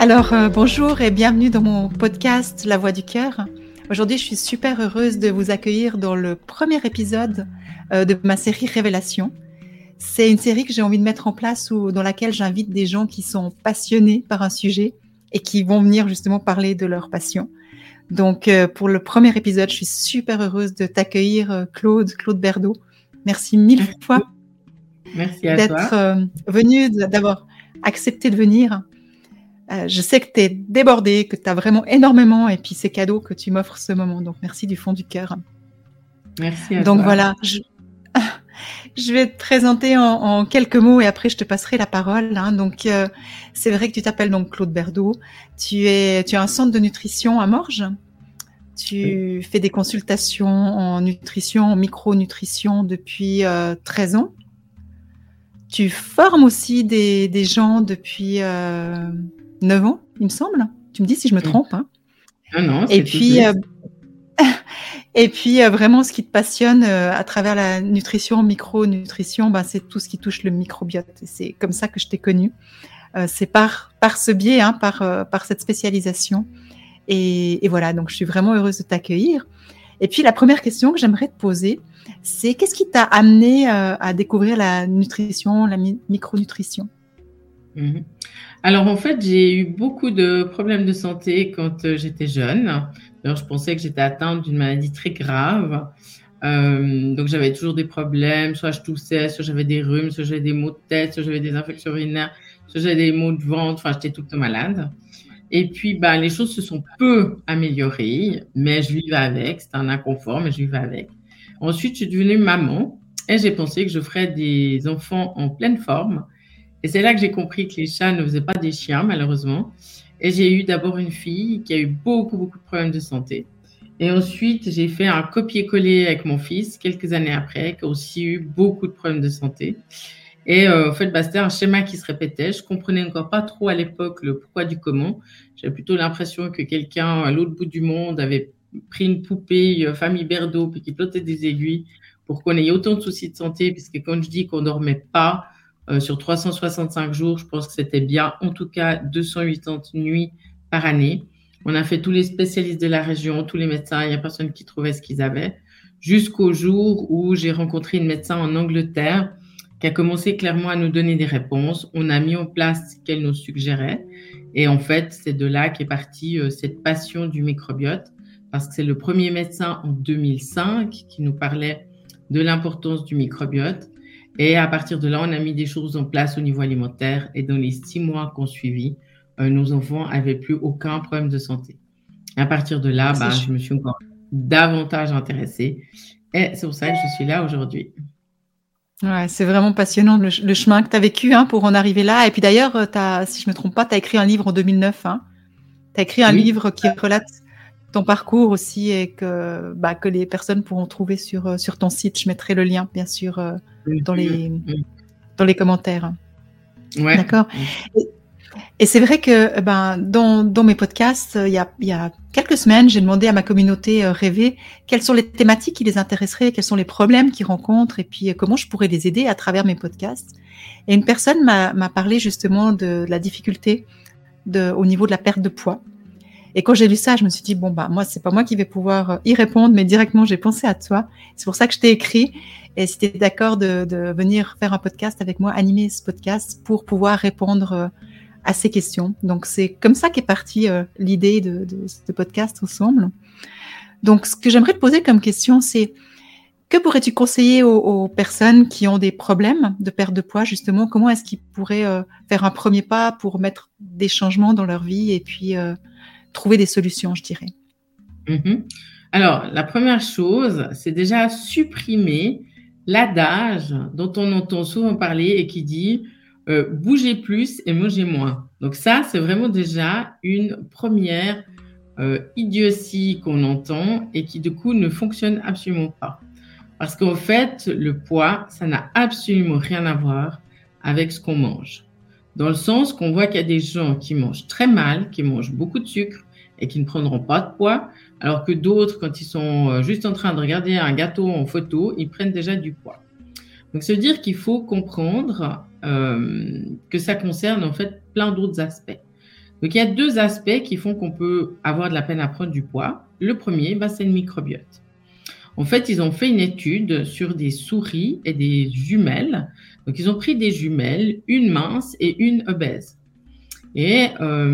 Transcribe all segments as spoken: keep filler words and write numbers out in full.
Alors, euh, bonjour et bienvenue dans mon podcast La Voix du Cœur. Aujourd'hui, je suis super heureuse de vous accueillir dans le premier épisode euh, de ma série Révélation. C'est une série que j'ai envie de mettre en place ou dans laquelle j'invite des gens qui sont passionnés par un sujet et qui vont venir justement parler de leur passion. Donc, euh, pour le premier épisode, je suis super heureuse de t'accueillir, euh, Claude, Claude Berdo. Merci mille Merci. fois Merci à d'être toi. euh, venu, d'avoir accepté de venir. Euh, je sais que tu es débordé, que tu as vraiment énormément, et puis c'est cadeau que tu m'offres ce moment. Donc, merci du fond du cœur. Merci à Donc toi. voilà, je, je vais te présenter en, en quelques mots et après je te passerai la parole. Hein. Donc, euh, c'est vrai que tu t'appelles donc Claude Berdo. Tu, es, tu as un centre de nutrition à Morges. Tu oui. fais des consultations en nutrition, en micronutrition depuis euh, treize ans. Tu formes aussi des, des gens depuis euh, neuf ans, il me semble. Tu me dis si je me trompe. Hein. Non, non, c'est et puis, euh, et puis euh, vraiment, ce qui te passionne euh, à travers la nutrition, micronutrition, ben, c'est tout ce qui touche le microbiote. Et c'est comme ça que je t'ai connue. Euh, c'est par, par ce biais, hein, par, euh, par cette spécialisation. Et, et voilà, donc je suis vraiment heureuse de t'accueillir. Et puis, la première question que j'aimerais te poser, c'est qu'est-ce qui t'a amené euh, à découvrir la nutrition, la mi- micronutrition ? Mmh. Alors, en fait, j'ai eu beaucoup de problèmes de santé quand euh, j'étais jeune. Alors, je pensais que j'étais atteinte d'une maladie très grave. Euh, donc, j'avais toujours des problèmes. Soit je toussais, soit j'avais des rhumes, soit j'avais des maux de tête, soit j'avais des infections urinaires, soit j'avais des maux de ventre. Enfin, j'étais tout le temps malade. Et puis, ben, les choses se sont peu améliorées, mais je vivais avec. C'était un inconfort, mais je vivais avec. Ensuite, je suis devenue maman et j'ai pensé que je ferais des enfants en pleine forme. Et c'est là que j'ai compris que les chats ne faisaient pas des chiens, malheureusement. Et j'ai eu d'abord une fille qui a eu beaucoup, beaucoup de problèmes de santé. Et ensuite, j'ai fait un copier-coller avec mon fils, quelques années après, qui a aussi eu beaucoup de problèmes de santé. Et euh, en fait, bah, c'était un schéma qui se répétait. Je comprenais encore pas trop à l'époque le pourquoi du comment. J'avais plutôt l'impression que quelqu'un à l'autre bout du monde avait pris une poupée euh, famille Berdo puis qui plottait des aiguilles pour qu'on ait autant de soucis de santé. Puisque quand je dis qu'on dormait pas euh, sur trois cent soixante-cinq jours, je pense que c'était bien en tout cas deux cent quatre-vingt-dix nuits par année. On a fait tous les spécialistes de la région, tous les médecins. Il n'y a personne qui trouvait ce qu'ils avaient. Jusqu'au jour où j'ai rencontré une médecin en Angleterre qui a commencé clairement à nous donner des réponses. On a mis en place ce qu'elle nous suggérait. Et en fait, c'est de là qu'est partie euh, cette passion du microbiote, parce que c'est le premier médecin en deux mille cinq qui nous parlait de l'importance du microbiote. Et à partir de là, on a mis des choses en place au niveau alimentaire. Et dans les six mois qu'on suivit, euh, nos enfants n'avaient plus aucun problème de santé. Et à partir de là, bah, je me suis encore davantage intéressée. Et c'est pour ça que je suis là aujourd'hui. Ouais, c'est vraiment passionnant le, le chemin que tu as vécu hein, pour en arriver là. Et puis d'ailleurs, t'as, si je ne me trompe pas, tu as écrit un livre en deux mille neuf. Hein. Tu as écrit un oui. livre qui relate ton parcours aussi et que, bah, que les personnes pourront trouver sur, sur ton site. Je mettrai le lien, bien sûr, euh, dans, les, dans les commentaires. Ouais. D'accord. Et, et c'est vrai que ben, dans, dans mes podcasts, il y a, il y a quelques semaines, j'ai demandé à ma communauté euh, rêvée quelles sont les thématiques qui les intéresseraient, quels sont les problèmes qu'ils rencontrent et puis euh, comment je pourrais les aider à travers mes podcasts. Et une personne m'a, m'a parlé justement de, de la difficulté de, au niveau de la perte de poids. Et quand j'ai lu ça, je me suis dit, bon, bah, moi, c'est pas moi qui vais pouvoir y répondre, mais directement, j'ai pensé à toi. C'est pour ça que je t'ai écrit. Et si tu es d'accord de, de venir faire un podcast avec moi, animer ce podcast pour pouvoir répondre euh, à ces questions. Donc, c'est comme ça qu'est partie euh, l'idée de, de ce podcast ensemble. Donc, ce que j'aimerais te poser comme question, c'est que pourrais-tu conseiller aux, aux personnes qui ont des problèmes de perte de poids, justement? Comment est-ce qu'ils pourraient euh, faire un premier pas pour mettre des changements dans leur vie et puis euh, trouver des solutions, je dirais? Mm-hmm. Alors, la première chose, c'est déjà supprimer l'adage dont on entend souvent parler et qui dit Euh, bougez plus et mangez moins. Donc ça, c'est vraiment déjà une première euh, idiotie qu'on entend et qui du coup ne fonctionne absolument pas. Parce qu'en fait, le poids, ça n'a absolument rien à voir avec ce qu'on mange. Dans le sens qu'on voit qu'il y a des gens qui mangent très mal, qui mangent beaucoup de sucre et qui ne prendront pas de poids, alors que d'autres, quand ils sont juste en train de regarder un gâteau en photo, ils prennent déjà du poids. Donc, ça veut dire qu'il faut comprendre euh, que ça concerne en fait plein d'autres aspects. Donc, il y a deux aspects qui font qu'on peut avoir de la peine à prendre du poids. Le premier, bah, c'est le microbiote. En fait, ils ont fait une étude sur des souris et des jumelles. Donc, ils ont pris des jumelles, une mince et une obèse. Et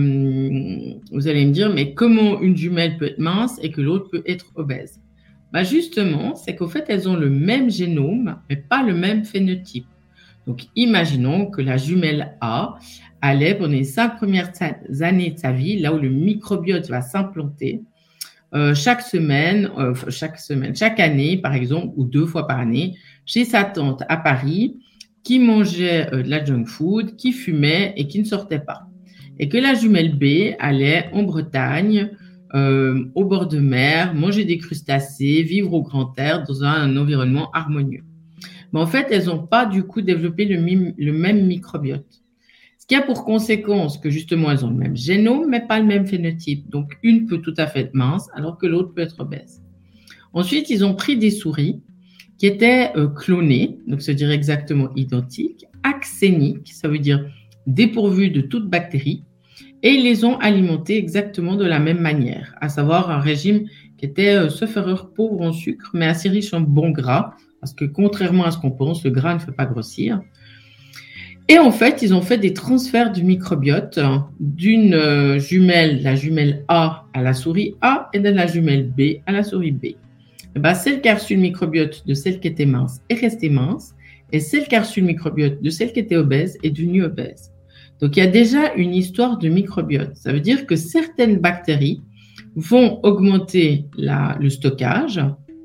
euh, vous allez me dire, mais comment une jumelle peut être mince et que l'autre peut être obèse? Bah justement, c'est qu'au fait, elles ont le même génome, mais pas le même phénotype. Donc, imaginons que la jumelle A allait pendant les cinq premières années de sa vie, là où le microbiote va s'implanter, euh, chaque semaine, euh, chaque semaine, chaque année, par exemple, ou deux fois par année, chez sa tante à Paris, qui mangeait euh, de la junk food, qui fumait et qui ne sortait pas. Et que la jumelle B allait en Bretagne, euh, au bord de mer, manger des crustacés, vivre au grand air dans un, un environnement harmonieux. Mais en fait, elles n'ont pas du coup développé le, mime, le même microbiote. Ce qui a pour conséquence que justement, elles ont le même génome, mais pas le même phénotype. Donc, une peut tout à fait être mince, alors que l'autre peut être obèse. Ensuite, ils ont pris des souris qui étaient euh, clonées, donc c'est-à-dire exactement identiques, axéniques, ça veut dire dépourvues de toute bactérie, et ils les ont alimentées exactement de la même manière, à savoir un régime qui était, euh, sauf erreur, pauvre en sucre, mais assez riche en bons gras, parce que contrairement à ce qu'on pense, le gras ne fait pas grossir. Et en fait, ils ont fait des transferts du microbiote d'une euh, jumelle, la jumelle A à la souris A, et de la jumelle B à la souris B. Et ben, celle qui a reçu le microbiote de celle qui était mince est restée mince, et celle qui a reçu le microbiote de celle qui était obèse est devenue obèse. Donc, il y a déjà une histoire de microbiote. Ça veut dire que certaines bactéries vont augmenter la, le stockage.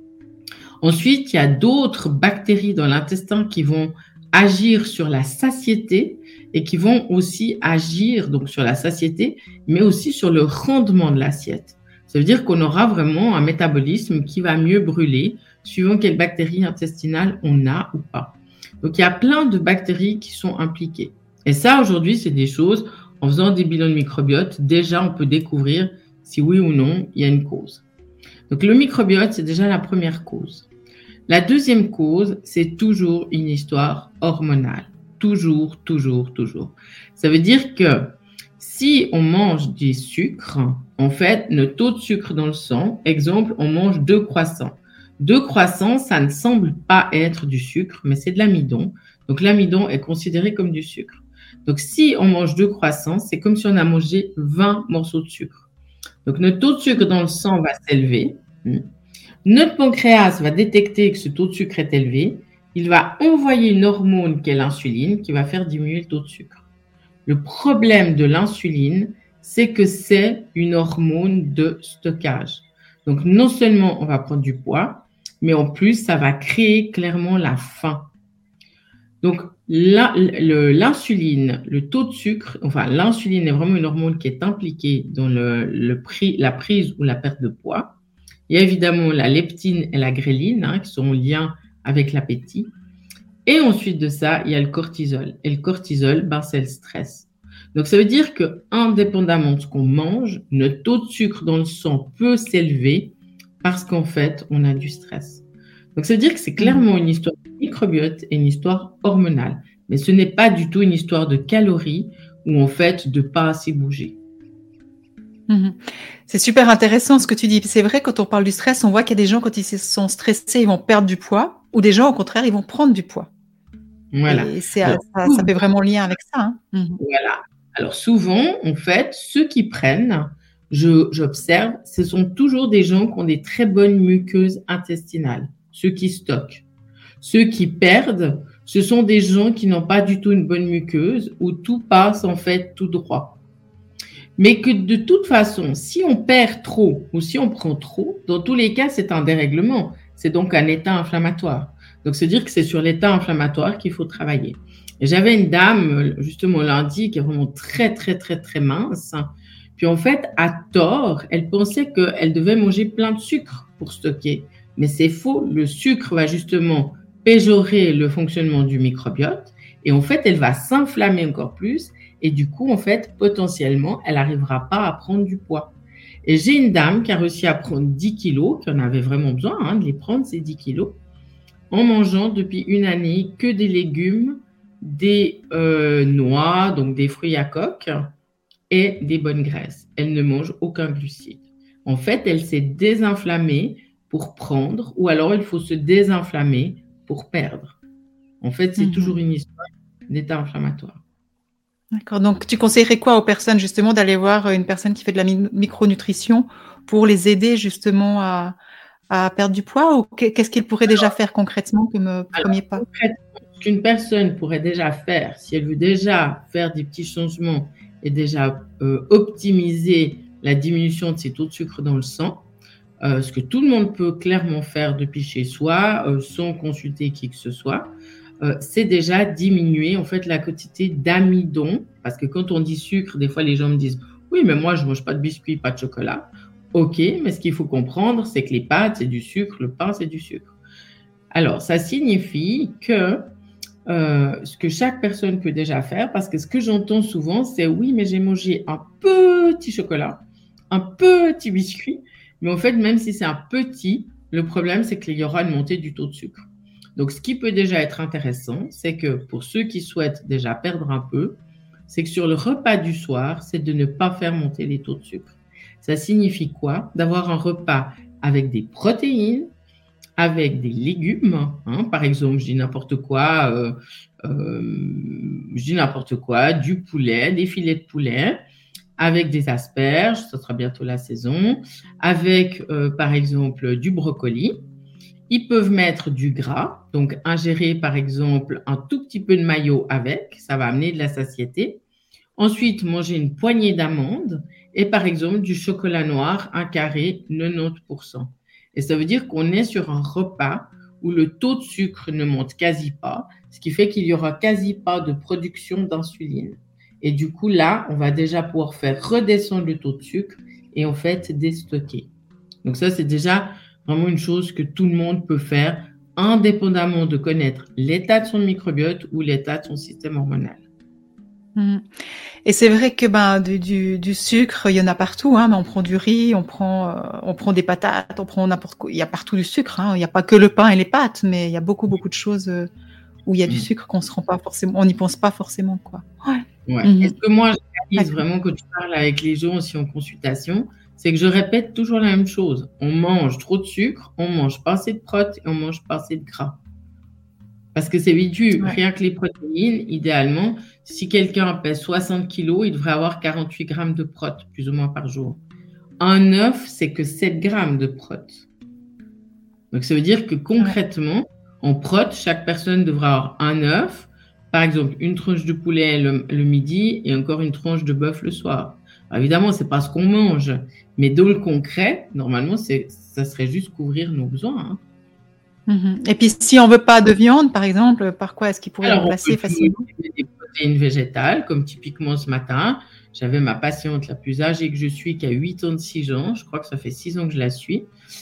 Ensuite, il y a d'autres bactéries dans l'intestin qui vont agir sur la satiété et qui vont aussi agir donc sur la satiété, mais aussi sur le rendement de l'assiette. Ça veut dire qu'on aura vraiment un métabolisme qui va mieux brûler suivant quelles bactéries intestinales on a ou pas. Donc, il y a plein de bactéries qui sont impliquées. Et ça, aujourd'hui, c'est des choses, en faisant des bilans de microbiote, déjà, on peut découvrir si oui ou non, il y a une cause. Donc, le microbiote, c'est déjà la première cause. La deuxième cause, c'est toujours une histoire hormonale. Toujours, toujours, toujours. Ça veut dire que si on mange des sucres, en fait, notre taux de sucre dans le sang, exemple, on mange deux croissants. Deux croissants, ça ne semble pas être du sucre, mais c'est de l'amidon. Donc, l'amidon est considéré comme du sucre. Donc, si on mange deux croissants, c'est comme si on a mangé vingt morceaux de sucre. Donc, notre taux de sucre dans le sang va s'élever. Notre pancréas va détecter que ce taux de sucre est élevé. Il va envoyer une hormone qui est l'insuline qui va faire diminuer le taux de sucre. Le problème de l'insuline, c'est que c'est une hormone de stockage. Donc, non seulement on va prendre du poids, mais en plus, ça va créer clairement la faim. Donc, la, le, l'insuline, le taux de sucre, enfin, l'insuline est vraiment une hormone qui est impliquée dans le, le prix, la prise ou la perte de poids. Il y a évidemment la leptine et la gréline hein, qui sont en lien avec l'appétit. Et ensuite de ça, il y a le cortisol. Et le cortisol, ben, c'est le stress. Donc, ça veut dire que, indépendamment de ce qu'on mange, notre taux de sucre dans le sang peut s'élever parce qu'en fait, on a du stress. Donc, ça veut dire que c'est clairement une histoire de microbiote et une histoire hormonale. Mais ce n'est pas du tout une histoire de calories ou en fait de pas assez bouger. Mmh. C'est super intéressant ce que tu dis. C'est vrai, quand on parle du stress, on voit qu'il y a des gens, quand ils sont stressés, ils vont perdre du poids, ou des gens, au contraire, ils vont prendre du poids. Voilà. Et c'est, Alors, ça, ça fait vraiment lien avec ça. Hein. Mmh. Voilà. Alors, souvent, en fait, ceux qui prennent, je, j'observe, ce sont toujours des gens qui ont des très bonnes muqueuses intestinales, ceux qui stockent. Ceux qui perdent, ce sont des gens qui n'ont pas du tout une bonne muqueuse, où tout passe en fait tout droit. Mais que de toute façon, si on perd trop ou si on prend trop, dans tous les cas, c'est un dérèglement. C'est donc un état inflammatoire. Donc, c'est dire que c'est sur l'état inflammatoire qu'il faut travailler. Et j'avais une dame, justement lundi, qui est vraiment très, très, très, très mince. Puis en fait, à tort, elle pensait qu'elle devait manger plein de sucre pour stocker. Mais c'est faux. Le sucre va justement péjorer le fonctionnement du microbiote. Et en fait, elle va s'inflammer encore plus. Et du coup, en fait, potentiellement, elle n'arrivera pas à prendre du poids. Et j'ai une dame qui a réussi à prendre dix kilos, qui en avait vraiment besoin hein, de les prendre, ces dix kilos, en mangeant depuis une année que des légumes, des euh, noix, donc des fruits à coque, et des bonnes graisses. Elle ne mange aucun glucide. En fait, elle s'est désinflammée pour prendre, ou alors il faut se désinflammer pour perdre. En fait, c'est mmh. toujours une histoire d'état inflammatoire. D'accord. Donc, tu conseillerais quoi aux personnes, justement, d'aller voir une personne qui fait de la mi- micronutrition pour les aider, justement, à, à perdre du poids, ou qu'est-ce qu'ils pourraient déjà faire concrètement comme euh, premier alors, pas? Concrètement, ce qu'une personne pourrait déjà faire, si elle veut déjà faire des petits changements et déjà euh, optimiser la diminution de ses taux de sucre dans le sang, euh, ce que tout le monde peut clairement faire depuis chez soi, euh, sans consulter qui que ce soit, euh, c'est déjà diminuer en fait la quantité d'amidon, parce que quand on dit sucre, des fois les gens me disent « oui, mais moi je ne mange pas de biscuits, pas de chocolat ». Ok, mais ce qu'il faut comprendre, c'est que les pâtes, c'est du sucre, le pain, c'est du sucre. Alors, ça signifie que euh, ce que chaque personne peut déjà faire, parce que ce que j'entends souvent, c'est « oui, mais j'ai mangé un petit chocolat, un petit biscuit », mais en fait, même si c'est un petit, le problème, c'est qu'il y aura une montée du taux de sucre. Donc, ce qui peut déjà être intéressant, c'est que pour ceux qui souhaitent déjà perdre un peu, c'est que sur le repas du soir, c'est de ne pas faire monter les taux de sucre. Ça signifie quoi? D'avoir un repas avec des protéines, avec des légumes, hein, par exemple, je dis n'importe quoi, euh, euh, je dis n'importe quoi, du poulet, des filets de poulet, avec des asperges, ça sera bientôt la saison, avec euh, par exemple du brocoli. Ils peuvent mettre du gras, donc ingérer par exemple un tout petit peu de mayo avec, ça va amener de la satiété. Ensuite, manger une poignée d'amandes et par exemple du chocolat noir, un carré, quatre-vingt-dix pour cent. Et ça veut dire qu'on est sur un repas où le taux de sucre ne monte quasi pas, ce qui fait qu'il n'y aura quasi pas de production d'insuline. Et du coup, là, on va déjà pouvoir faire redescendre le taux de sucre et en fait déstocker. Donc ça, c'est déjà vraiment une chose que tout le monde peut faire, indépendamment de connaître l'état de son microbiote ou l'état de son système hormonal. Mmh. Et c'est vrai que ben du, du, du sucre, il y en a partout. Hein, mais on prend du riz, on prend, euh, on prend des patates, on prend n'importe quoi. Il y a partout du sucre. Hein, il n'y a pas que le pain et les pâtes, mais il y a beaucoup beaucoup de choses euh, où il y a mmh. du sucre qu'on se rend pas forcément, on n'y pense pas forcément, quoi. Ouais. Ouais. Mmh. Et ce que moi je réalise vraiment quand tu parles avec les gens aussi en consultation, c'est que je répète toujours la même chose. On mange trop de sucre, on mange pas assez de protéines et on mange pas assez de gras. Parce que c'est vite ouais. Rien que les protéines, idéalement, si quelqu'un pèse soixante kilos, il devrait avoir quarante-huit grammes de prot, plus ou moins par jour. Un œuf, c'est que sept grammes de prot. Donc, ça veut dire que concrètement, ouais. en prot, chaque personne devrait avoir un œuf, par exemple, une tranche de poulet le, le midi et encore une tranche de bœuf le soir. Alors, évidemment, c'est pas ce qu'on mange, mais dans le concret, normalement, c'est, ça serait juste couvrir nos besoins. Hein. Mmh. Et puis, si on veut pas de viande, par exemple, par quoi est-ce qu'il pourrait Alors, remplacer facilement? Des protéines végétales, comme typiquement ce matin, j'avais ma patiente la plus âgée que je suis, qui a quatre-vingt-six ans, je crois que ça fait six ans que je la suis.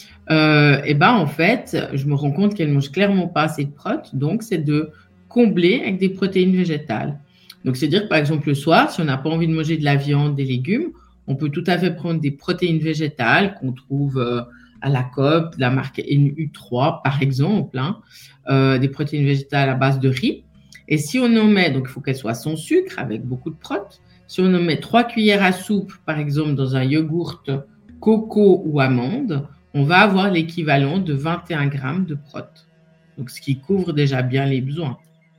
Euh, et ben en fait, je me rends compte qu'elle mange clairement pas assez de protéines, donc c'est de combler avec des protéines végétales. Donc, c'est-à-dire que par exemple le soir, si on n'a pas envie de manger de la viande, des légumes, on peut tout à fait prendre des protéines végétales qu'on trouve euh, à la Coop, de la marque N U trois par exemple, hein, euh, des protéines végétales à base de riz. Et si on en met, donc il faut qu'elle soit sans sucre, avec beaucoup de protéines, si on en met trois cuillères à soupe, par exemple dans un yogourt coco ou amande, on va avoir l'équivalent de vingt et un grammes de protéines. Donc, ce qui couvre déjà bien les besoins.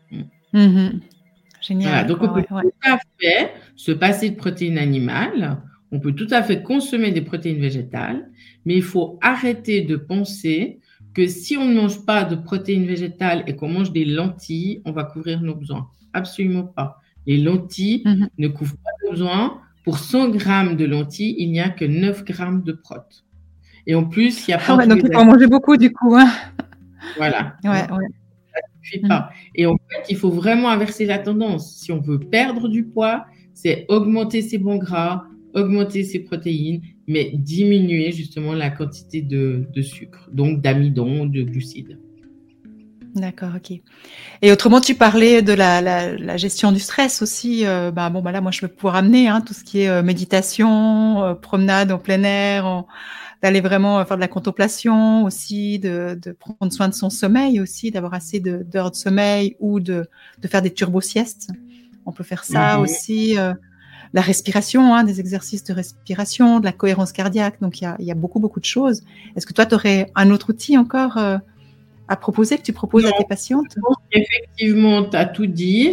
Mmh. Génial. Voilà, donc, quoi, on peut ouais, tout ouais. à fait se passer de protéines animales. On peut tout à fait consommer des protéines végétales, mais il faut arrêter de penser que si on ne mange pas de protéines végétales et qu'on mange des lentilles, on va couvrir nos besoins. Absolument pas. Les lentilles mmh. ne couvrent pas nos besoins. Pour cent grammes de lentilles, il n'y a que neuf grammes de protéines. Et en plus, il n'y a pas... Ah ouais, donc il faut en manger beaucoup du coup. Hein. Voilà. Ouais, hein. ouais. Ça ne suffit mmh. pas. Et en fait, il faut vraiment inverser la tendance. Si on veut perdre du poids, c'est augmenter ses bons gras, augmenter ses protéines, mais diminuer justement la quantité de, de sucre, donc d'amidon, de glucides. D'accord, ok. Et autrement, tu parlais de la, la, la gestion du stress aussi. Euh, bah, bon, bah là, moi, je vais pouvoir amener hein, tout ce qui est euh, méditation, euh, promenade en plein air, en, d'aller vraiment faire de la contemplation aussi, de, de prendre soin de son sommeil aussi, d'avoir assez de, d'heures de sommeil ou de, de faire des turbo-siestes. On peut faire ça mmh. aussi. Euh, la respiration, hein, des exercices de respiration, de la cohérence cardiaque. Donc, il y a, il y a beaucoup, beaucoup de choses. Est-ce que toi, tu aurais un autre outil encore euh, à proposer, que tu proposes Non, à tes patientes? je pense qu'effectivement, tu as tout dit,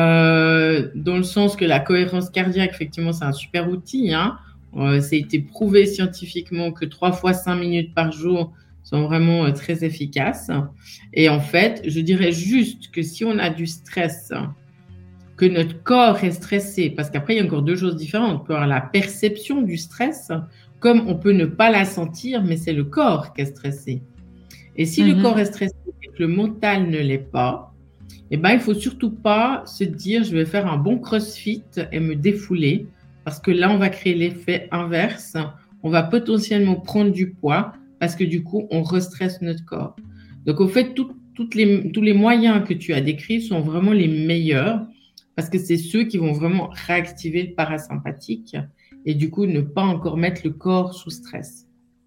euh, dans le sens que la cohérence cardiaque, effectivement, c'est un super outil. Hein. Euh, ça a été prouvé scientifiquement que trois fois cinq minutes par jour sont vraiment euh, très efficaces. Et en fait, je dirais juste que si on a du stress, que notre corps est stressé, parce qu'après, il y a encore deux choses différentes. On peut avoir la perception du stress, comme on peut ne pas la sentir, mais c'est le corps qui est stressé. Et si mm-hmm. le corps est stressé et que le mental ne l'est pas, eh ben, il ne faut surtout pas se dire « je vais faire un bon crossfit et me défouler », parce que là, on va créer l'effet inverse. On va potentiellement prendre du poids parce que du coup, on restresse notre corps. Donc, au fait, tout, toutes les, tous les moyens que tu as décrits sont vraiment les meilleurs parce que c'est ceux qui vont vraiment réactiver le parasympathique et du coup, ne pas encore mettre le corps sous stress.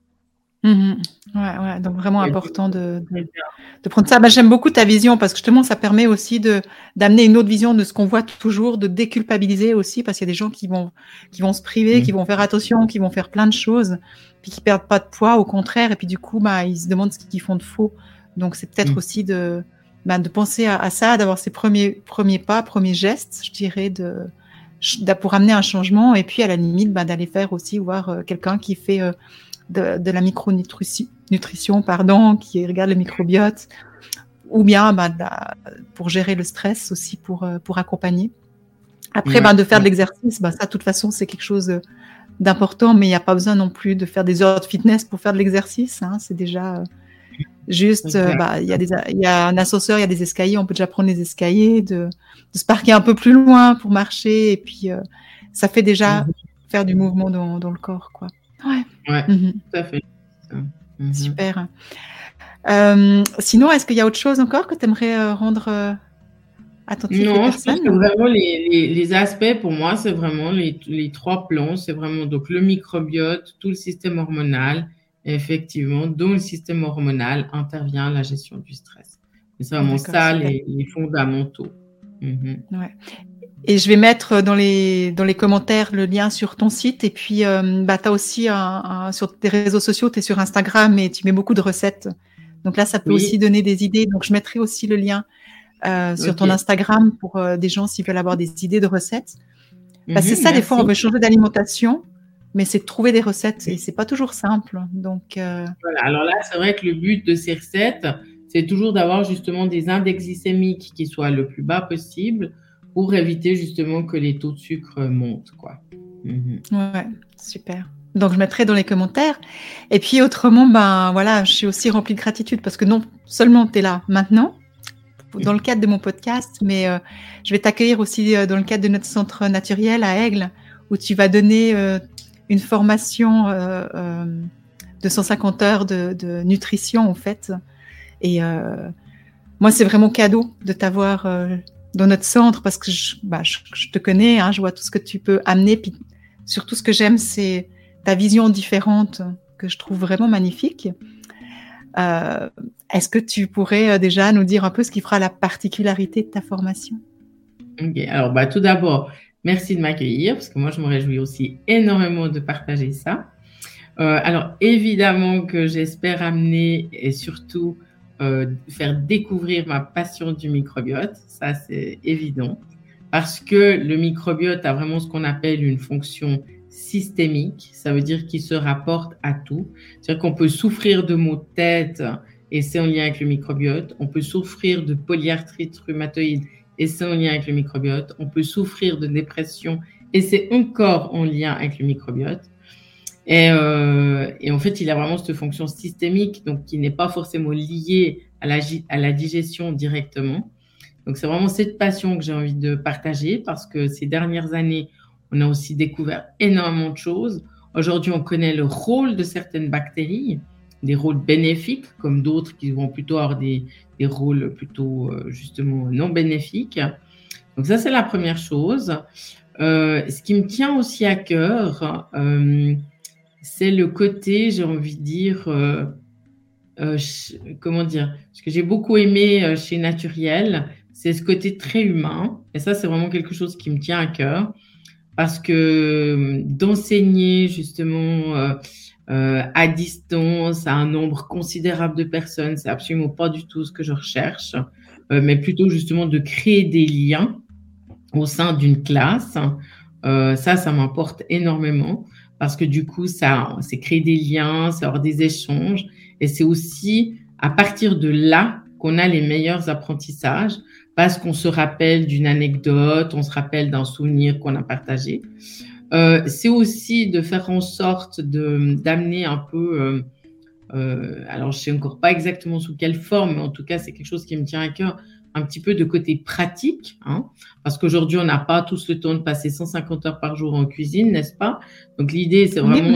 Mmh. Ouais, ouais, donc vraiment ouais, important de, de, de prendre ça. Bah, j'aime beaucoup ta vision parce que justement, ça permet aussi de d'amener une autre vision de ce qu'on voit toujours, de déculpabiliser aussi parce qu'il y a des gens qui vont qui vont se priver, mmh. qui vont faire attention, qui vont faire plein de choses, puis qui perdent pas de poids, au contraire, et puis du coup, bah, ils se demandent ce qu'ils font de faux. Donc c'est peut-être mmh. aussi de bah, de penser à, à ça, d'avoir ces premiers premiers pas, premiers gestes, je dirais, de pour amener un changement, et puis à la limite, bah, d'aller faire aussi voir euh, quelqu'un qui fait euh, De, de la micronutrition, nutrition, pardon, qui regarde le microbiote, ou bien bah, la, pour gérer le stress aussi, pour, pour accompagner. Après, ouais, bah, de faire ouais. de l'exercice, bah, ça, de toute façon, c'est quelque chose d'important, mais il n'y a pas besoin non plus de faire des heures de fitness pour faire de l'exercice. Hein, c'est déjà euh, juste, euh, bah, il y a des, il y a un ascenseur, il y a des escaliers, on peut déjà prendre les escaliers, de, de se parquer un peu plus loin pour marcher, et puis euh, ça fait déjà mmh. faire du mouvement dans, dans le corps, quoi. Ouais, ouais mmh. tout à fait. Mmh. Super. Euh, sinon, est-ce qu'il y a autre chose encore que tu aimerais euh, rendre euh, attentif non, les personnes? Je pense que vraiment les, les, les aspects, pour moi, c'est vraiment les, les trois plans. C'est vraiment donc le microbiote, tout le système hormonal. Et effectivement, dans le système hormonal intervient la gestion du stress. Et c'est vraiment D'accord, ça, les, les fondamentaux. Mmh. Ouais. Et je vais mettre dans les, dans les commentaires le lien sur ton site. Et puis, euh, bah, tu as aussi un, un, sur tes réseaux sociaux, tu es sur Instagram et tu mets beaucoup de recettes. Donc là, ça peut oui. aussi donner des idées. Donc, je mettrai aussi le lien euh, sur okay. ton Instagram pour euh, des gens s'ils veulent avoir des idées de recettes. Bah, mmh, c'est ça, merci. Des fois, on veut changer d'alimentation, mais c'est de trouver des recettes et c'est pas toujours simple. Donc, euh... voilà. Alors là, c'est vrai que le but de ces recettes, c'est toujours d'avoir justement des index glycémiques qui soient le plus bas possible, pour éviter justement que les taux de sucre montent, quoi. Mmh. Ouais, super. Donc, je mettrai dans les commentaires. Et puis, autrement, ben, voilà, je suis aussi remplie de gratitude parce que non seulement tu es là maintenant, dans le cadre de mon podcast, mais euh, je vais t'accueillir aussi euh, dans le cadre de notre centre naturel à Aigle, où tu vas donner euh, une formation euh, euh, de cent cinquante heures de, de nutrition, en fait. Et euh, moi, c'est vraiment cadeau de t'avoir euh, dans notre centre parce que je, bah, je, je te connais, hein, je vois tout ce que tu peux amener. Puis surtout, ce que j'aime, c'est ta vision différente que je trouve vraiment magnifique. Euh, est-ce que tu pourrais déjà nous dire un peu ce qui fera la particularité de ta formation? Ok, alors bah, tout d'abord, merci de m'accueillir parce que moi, je me réjouis aussi énormément de partager ça. Euh, alors, évidemment que j'espère amener et surtout Euh, faire découvrir ma passion du microbiote, ça c'est évident, parce que le microbiote a vraiment ce qu'on appelle une fonction systémique, ça veut dire qu'il se rapporte à tout, c'est-à-dire qu'on peut souffrir de maux de tête et c'est en lien avec le microbiote, on peut souffrir de polyarthrite rhumatoïde et c'est en lien avec le microbiote, on peut souffrir de dépression et c'est encore en lien avec le microbiote. Et, euh, et en fait, il a vraiment cette fonction systémique, donc qui n'est pas forcément liée à la, à la digestion directement. Donc, c'est vraiment cette passion que j'ai envie de partager parce que ces dernières années, on a aussi découvert énormément de choses. Aujourd'hui, on connaît le rôle de certaines bactéries, des rôles bénéfiques, comme d'autres qui vont plutôt avoir des, des rôles plutôt euh, justement non bénéfiques. Donc, ça, c'est la première chose. Euh, ce qui me tient aussi à cœur, euh, c'est le côté, j'ai envie de dire, euh, euh, comment dire, ce que j'ai beaucoup aimé euh, chez Naturiel, c'est ce côté très humain. Et ça, c'est vraiment quelque chose qui me tient à cœur. parce que d'enseigner justement euh, euh, à distance à un nombre considérable de personnes, c'est absolument pas du tout ce que je recherche, euh, mais plutôt justement de créer des liens au sein d'une classe. Euh, ça, ça m'importe énormément parce que du coup, ça, c'est créer des liens, c'est avoir des échanges et c'est aussi à partir de là qu'on a les meilleurs apprentissages parce qu'on se rappelle d'une anecdote, on se rappelle d'un souvenir qu'on a partagé. Euh, c'est aussi de faire en sorte de, d'amener un peu, euh, euh, alors je sais encore pas exactement sous quelle forme, mais en tout cas, c'est quelque chose qui me tient à cœur, un petit peu de côté pratique, hein, parce qu'aujourd'hui, on n'a pas tous le temps de passer cent cinquante heures par jour en cuisine, n'est-ce pas? Donc, l'idée, c'est vraiment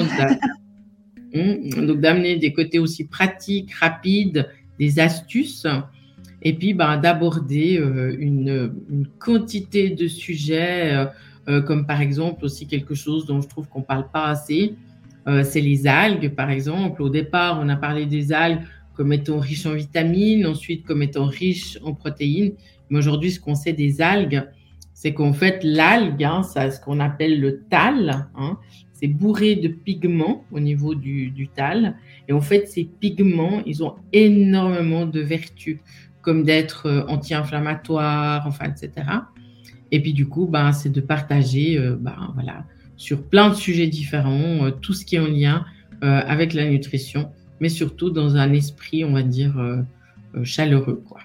oui. de, donc, d'amener des côtés aussi pratiques, rapides, des astuces, et puis ben, d'aborder euh, une, une quantité de sujets, euh, euh, comme par exemple aussi quelque chose dont je trouve qu'on ne parle pas assez, euh, c'est les algues, par exemple. Au départ, on a parlé des algues comme étant riches en vitamines, ensuite comme étant riches en protéines. Mais aujourd'hui, ce qu'on sait des algues, c'est qu'en fait, l'algue, hein, c'est ce qu'on appelle le tal, hein, c'est bourré de pigments au niveau du, du tal. Et en fait, ces pigments, ils ont énormément de vertus, comme d'être anti-inflammatoires, enfin, et cetera. Et puis, du coup, ben, c'est de partager euh, ben, voilà, sur plein de sujets différents, euh, tout ce qui est en lien euh, avec la nutrition, mais surtout dans un esprit, on va dire, euh, euh, chaleureux, quoi.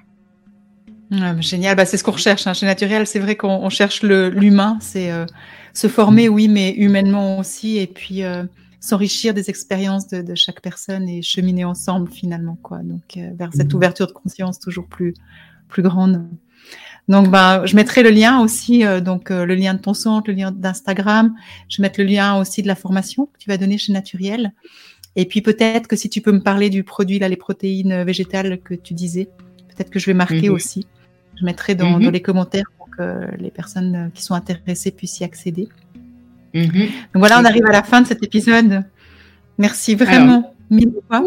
Ah, génial, bah, c'est ce qu'on recherche hein. Chez Naturel. C'est vrai qu'on on cherche le, l'humain, c'est euh, se former, oui, mais humainement aussi, et puis euh, s'enrichir des expériences de, de chaque personne et cheminer ensemble finalement, quoi. Donc euh, vers cette ouverture de conscience toujours plus plus grande. Donc, bah, je mettrai le lien aussi, euh, donc euh, le lien de ton centre, le lien d'Instagram. Je vais mettre le lien aussi de la formation que tu vas donner chez Naturel. Et puis peut-être que si tu peux me parler du produit là, les protéines végétales que tu disais, peut-être que je vais marquer mm-hmm. aussi. Je mettrai dans, mm-hmm. dans les commentaires pour que les personnes qui sont intéressées puissent y accéder. Mm-hmm. Donc voilà, on arrive à la fin de cet épisode. Merci vraiment Alors, mille fois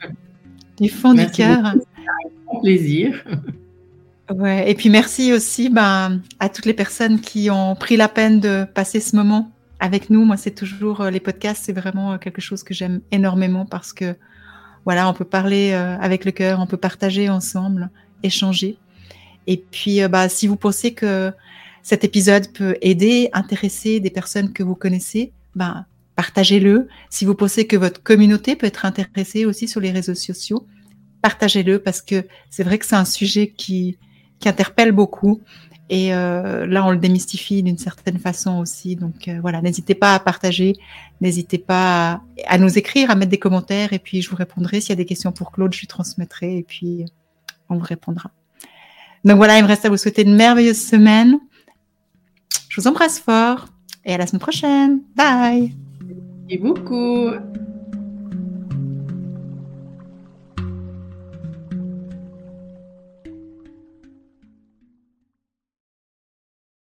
du fond du cœur. C'est un plaisir. Ouais, et puis merci aussi ben, à toutes les personnes qui ont pris la peine de passer ce moment avec nous. Moi, c'est toujours les podcasts, c'est vraiment quelque chose que j'aime énormément parce que voilà, on peut parler avec le cœur, on peut partager ensemble, échanger. Et puis, bah, si vous pensez que cet épisode peut aider, intéresser des personnes que vous connaissez, ben, partagez-le. Si vous pensez que votre communauté peut être intéressée aussi sur les réseaux sociaux, partagez-le parce que c'est vrai que c'est un sujet qui, qui interpelle beaucoup. Et euh, là, on le démystifie d'une certaine façon aussi. Donc euh, voilà, n'hésitez pas à partager, n'hésitez pas à, à nous écrire, à mettre des commentaires. Et puis, je vous répondrai. S'il y a des questions pour Claude, je lui transmettrai et puis on vous répondra. Donc voilà, il me reste à vous souhaiter une merveilleuse semaine. Je vous embrasse fort et à la semaine prochaine. Bye. Merci beaucoup.